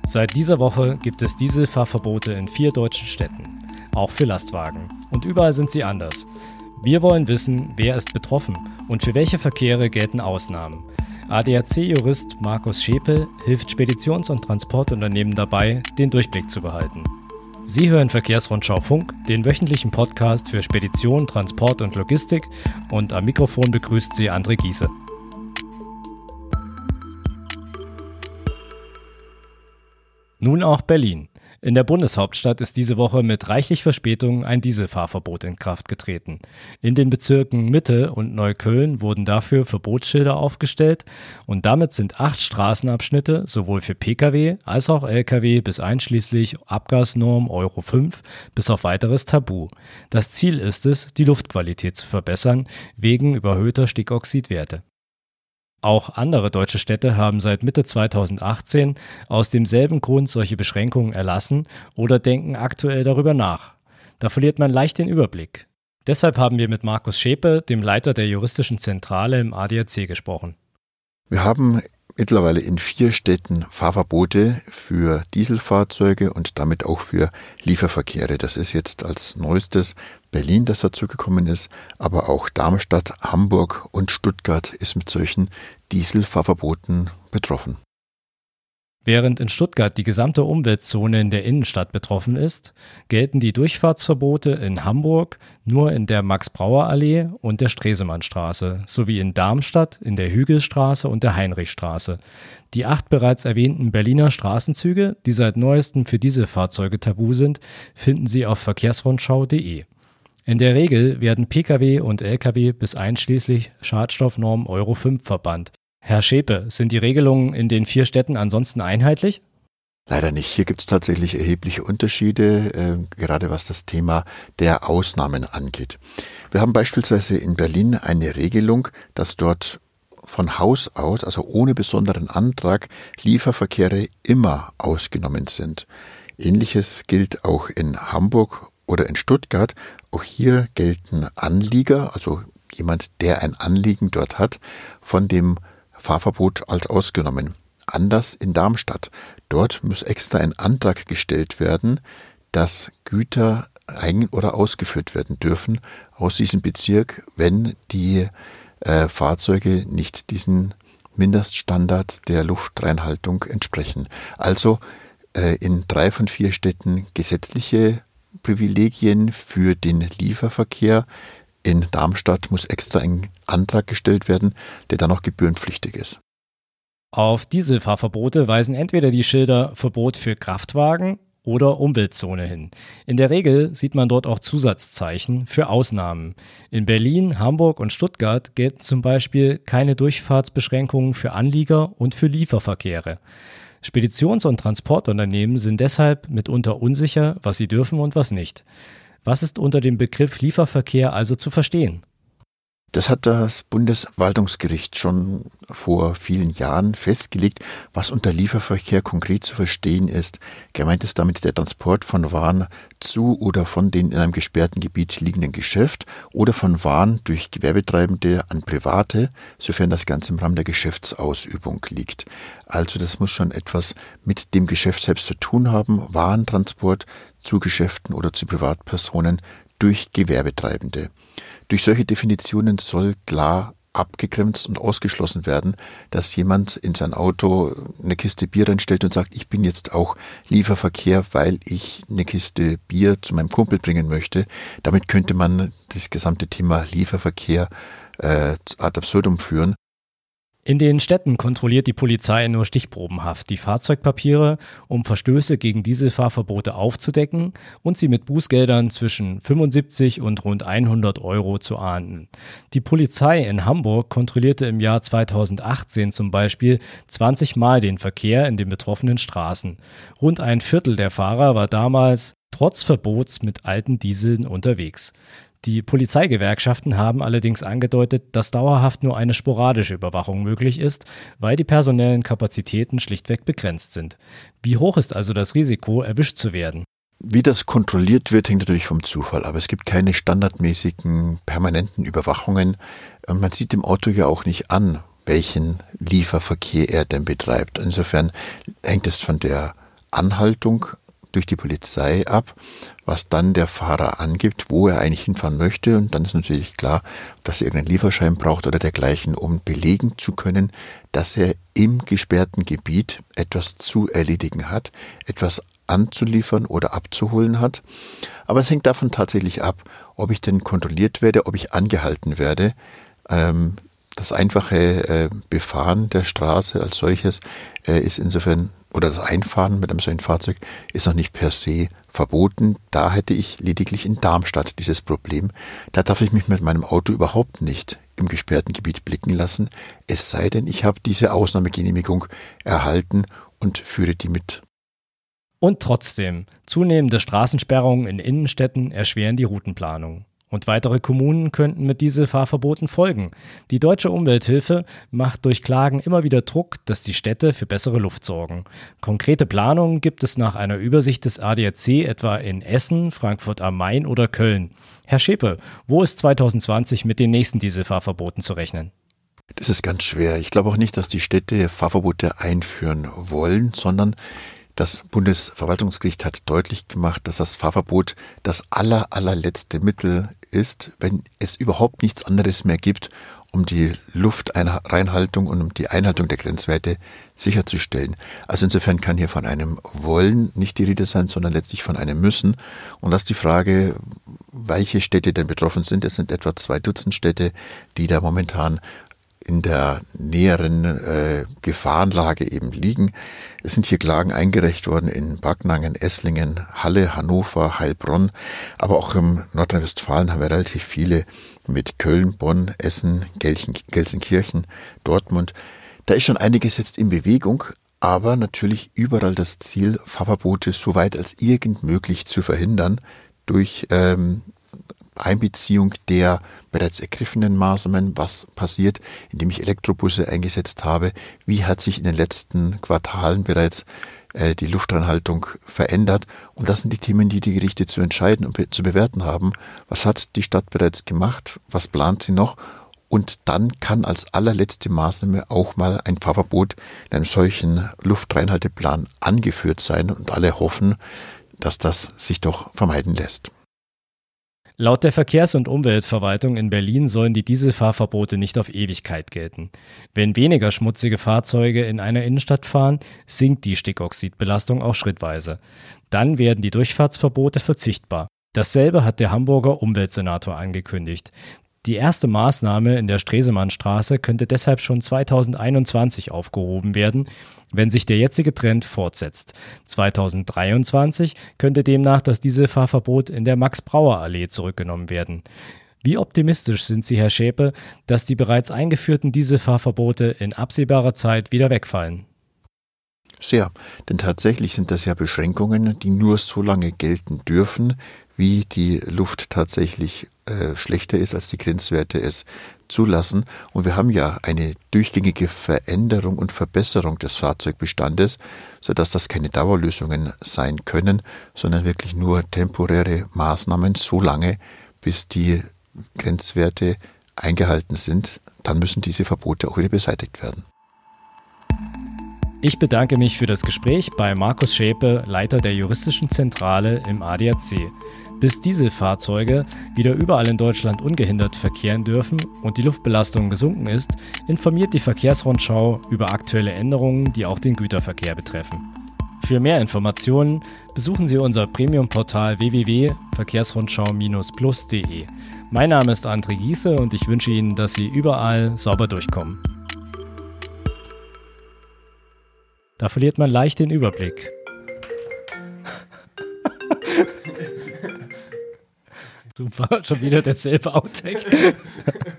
Seit dieser Woche gibt es Dieselfahrverbote in 4 deutschen Städten, auch für Lastwagen. Und überall sind sie anders. Wir wollen wissen, wer ist betroffen und für welche Verkehre gelten Ausnahmen. ADAC-Jurist Markus Schepel hilft Speditions- und Transportunternehmen dabei, den Durchblick zu behalten. Sie hören Verkehrsrundschau Funk, den wöchentlichen Podcast für Spedition, Transport und Logistik, und am Mikrofon begrüßt Sie André Giese. Nun auch Berlin. In der Bundeshauptstadt ist diese Woche mit reichlich Verspätung ein Dieselfahrverbot in Kraft getreten. In den Bezirken Mitte und Neukölln wurden dafür Verbotsschilder aufgestellt und damit sind 8 Straßenabschnitte sowohl für Pkw als auch Lkw bis einschließlich Abgasnorm Euro 5 bis auf weiteres tabu. Das Ziel ist es, die Luftqualität zu verbessern wegen überhöhter Stickoxidwerte. Auch andere deutsche Städte haben seit Mitte 2018 aus demselben Grund solche Beschränkungen erlassen oder denken aktuell darüber nach. Da verliert man leicht den Überblick. Deshalb haben wir mit Markus Schepel, dem Leiter der juristischen Zentrale im ADAC, gesprochen. Wir haben mittlerweile in 4 Städten Fahrverbote für Dieselfahrzeuge und damit auch für Lieferverkehre. Das ist jetzt als neuestes Berlin, das dazugekommen ist, aber auch Darmstadt, Hamburg und Stuttgart ist mit solchen Dieselfahrverboten betroffen. Während in Stuttgart die gesamte Umweltzone in der Innenstadt betroffen ist, gelten die Durchfahrtsverbote in Hamburg nur in der Max-Brauer-Allee und der Stresemannstraße sowie in Darmstadt in der Hügelstraße und der Heinrichstraße. Die 8 bereits erwähnten Berliner Straßenzüge, die seit neuestem für Dieselfahrzeuge tabu sind, finden Sie auf verkehrsrundschau.de. In der Regel werden Pkw und Lkw bis einschließlich Schadstoffnorm Euro 5 verbannt. Herr Schepel, sind die Regelungen in den 4 Städten ansonsten einheitlich? Leider nicht. Hier gibt es tatsächlich erhebliche Unterschiede, gerade was das Thema der Ausnahmen angeht. Wir haben beispielsweise in Berlin eine Regelung, dass dort von Haus aus, also ohne besonderen Antrag, Lieferverkehre immer ausgenommen sind. Ähnliches gilt auch in Hamburg oder in Stuttgart. Auch hier gelten Anlieger, also jemand, der ein Anliegen dort hat, von dem Fahrverbot als ausgenommen. Anders in Darmstadt. Dort muss extra ein Antrag gestellt werden, dass Güter ein- oder ausgeführt werden dürfen aus diesem Bezirk, wenn die Fahrzeuge nicht diesen Mindeststandards der Luftreinhaltung entsprechen. Also in 3 von 4 Städten gesetzliche Privilegien für den Lieferverkehr. In Darmstadt muss extra ein Antrag gestellt werden, der dann auch gebührenpflichtig ist. Auf Dieselfahrverbote weisen entweder die Schilder Verbot für Kraftwagen oder Umweltzone hin. In der Regel sieht man dort auch Zusatzzeichen für Ausnahmen. In Berlin, Hamburg und Stuttgart gelten zum Beispiel keine Durchfahrtsbeschränkungen für Anlieger und für Lieferverkehre. Speditions- und Transportunternehmen sind deshalb mitunter unsicher, was sie dürfen und was nicht. Was ist unter dem Begriff Lieferverkehr also zu verstehen? Das hat das Bundesverwaltungsgericht schon vor vielen Jahren festgelegt, was unter Lieferverkehr konkret zu verstehen ist. Gemeint ist damit der Transport von Waren zu oder von den in einem gesperrten Gebiet liegenden Geschäft oder von Waren durch Gewerbetreibende an Private, sofern das Ganze im Rahmen der Geschäftsausübung liegt. Also das muss schon etwas mit dem Geschäft selbst zu tun haben, Warentransport zu Geschäften oder zu Privatpersonen durch Gewerbetreibende. Durch solche Definitionen soll klar abgegrenzt und ausgeschlossen werden, dass jemand in sein Auto eine Kiste Bier reinstellt und sagt, ich bin jetzt auch Lieferverkehr, weil ich eine Kiste Bier zu meinem Kumpel bringen möchte. Damit könnte man das gesamte Thema Lieferverkehr ad absurdum führen. In den Städten kontrolliert die Polizei nur stichprobenhaft die Fahrzeugpapiere, um Verstöße gegen Dieselfahrverbote aufzudecken und sie mit Bußgeldern zwischen 75 und rund 100 Euro zu ahnden. Die Polizei in Hamburg kontrollierte im Jahr 2018 zum Beispiel 20 Mal den Verkehr in den betroffenen Straßen. Rund ein Viertel der Fahrer war damals trotz Verbots mit alten Dieseln unterwegs. Die Polizeigewerkschaften haben allerdings angedeutet, dass dauerhaft nur eine sporadische Überwachung möglich ist, weil die personellen Kapazitäten schlichtweg begrenzt sind. Wie hoch ist also das Risiko, erwischt zu werden? Wie das kontrolliert wird, hängt natürlich vom Zufall, aber es gibt keine standardmäßigen, permanenten Überwachungen. Man sieht dem Auto ja auch nicht an, welchen Lieferverkehr er denn betreibt. Insofern hängt es von der Anhaltung durch die Polizei ab, was dann der Fahrer angibt, wo er eigentlich hinfahren möchte. Und dann ist natürlich klar, dass er irgendeinen Lieferschein braucht oder dergleichen, um belegen zu können, dass er im gesperrten Gebiet etwas zu erledigen hat, etwas anzuliefern oder abzuholen hat. Aber es hängt davon tatsächlich ab, ob ich denn kontrolliert werde, ob ich angehalten werde. Das einfache Befahren der Straße als solches ist insofern, oder das Einfahren mit einem solchen Fahrzeug ist noch nicht per se verboten. Da hätte ich lediglich in Darmstadt dieses Problem. Da darf ich mich mit meinem Auto überhaupt nicht im gesperrten Gebiet blicken lassen, es sei denn, ich habe diese Ausnahmegenehmigung erhalten und führe die mit. Und trotzdem, zunehmende Straßensperrungen in Innenstädten erschweren die Routenplanung. Und weitere Kommunen könnten mit diesen Fahrverboten folgen. Die Deutsche Umwelthilfe macht durch Klagen immer wieder Druck, dass die Städte für bessere Luft sorgen. Konkrete Planungen gibt es nach einer Übersicht des ADAC etwa in Essen, Frankfurt am Main oder Köln. Herr Schäpe, wo ist 2020 mit den nächsten Dieselfahrverboten zu rechnen? Das ist ganz schwer. Ich glaube auch nicht, dass die Städte Fahrverbote einführen wollen, sondern das Bundesverwaltungsgericht hat deutlich gemacht, dass das Fahrverbot das allerletzte Mittel ist, wenn es überhaupt nichts anderes mehr gibt, um die Luftreinhaltung und um die Einhaltung der Grenzwerte sicherzustellen. Also insofern kann hier von einem Wollen nicht die Rede sein, sondern letztlich von einem Müssen. Und das ist die Frage, welche Städte denn betroffen sind. Es sind etwa 2 Dutzend Städte, die da momentan in der näheren Gefahrenlage eben liegen. Es sind hier Klagen eingereicht worden in Backnangen, Esslingen, Halle, Hannover, Heilbronn, aber auch im Nordrhein-Westfalen haben wir relativ viele mit Köln, Bonn, Essen, Gelsenkirchen, Dortmund. Da ist schon einiges jetzt in Bewegung, aber natürlich überall das Ziel, Fahrverbote so weit als irgend möglich zu verhindern durch Einbeziehung der bereits ergriffenen Maßnahmen, was passiert, indem ich Elektrobusse eingesetzt habe, wie hat sich in den letzten Quartalen bereits die Luftreinhaltung verändert. Und das sind die Themen, die die Gerichte zu entscheiden und zu bewerten haben. Was hat die Stadt bereits gemacht? Was plant sie noch? Und dann kann als allerletzte Maßnahme auch mal ein Fahrverbot in einem solchen Luftreinhalteplan angeführt sein. Und alle hoffen, dass das sich doch vermeiden lässt. Laut der Verkehrs- und Umweltverwaltung in Berlin sollen die Dieselfahrverbote nicht auf Ewigkeit gelten. Wenn weniger schmutzige Fahrzeuge in einer Innenstadt fahren, sinkt die Stickoxidbelastung auch schrittweise. Dann werden die Durchfahrtsverbote verzichtbar. Dasselbe hat der Hamburger Umweltsenator angekündigt. Die erste Maßnahme in der Stresemannstraße könnte deshalb schon 2021 aufgehoben werden, wenn sich der jetzige Trend fortsetzt. 2023 könnte demnach das Dieselfahrverbot in der Max-Brauer-Allee zurückgenommen werden. Wie optimistisch sind Sie, Herr Schäpe, dass die bereits eingeführten Dieselfahrverbote in absehbarer Zeit wieder wegfallen? Sehr, denn tatsächlich sind das ja Beschränkungen, die nur so lange gelten dürfen, wie die Luft tatsächlich schlechter ist, als die Grenzwerte es zulassen. Und wir haben ja eine durchgängige Veränderung und Verbesserung des Fahrzeugbestandes, sodass das keine Dauerlösungen sein können, sondern wirklich nur temporäre Maßnahmen, so lange, bis die Grenzwerte eingehalten sind. Dann müssen diese Verbote auch wieder beseitigt werden. Ich bedanke mich für das Gespräch bei Markus Schäpe, Leiter der juristischen Zentrale im ADAC. Bis Dieselfahrzeuge wieder überall in Deutschland ungehindert verkehren dürfen und die Luftbelastung gesunken ist, informiert die Verkehrsrundschau über aktuelle Änderungen, die auch den Güterverkehr betreffen. Für mehr Informationen besuchen Sie unser Premium-Portal www.verkehrsrundschau-plus.de. Mein Name ist André Giese und ich wünsche Ihnen, dass Sie überall sauber durchkommen. Da verliert man leicht den Überblick. Super, schon wieder derselbe Outtake.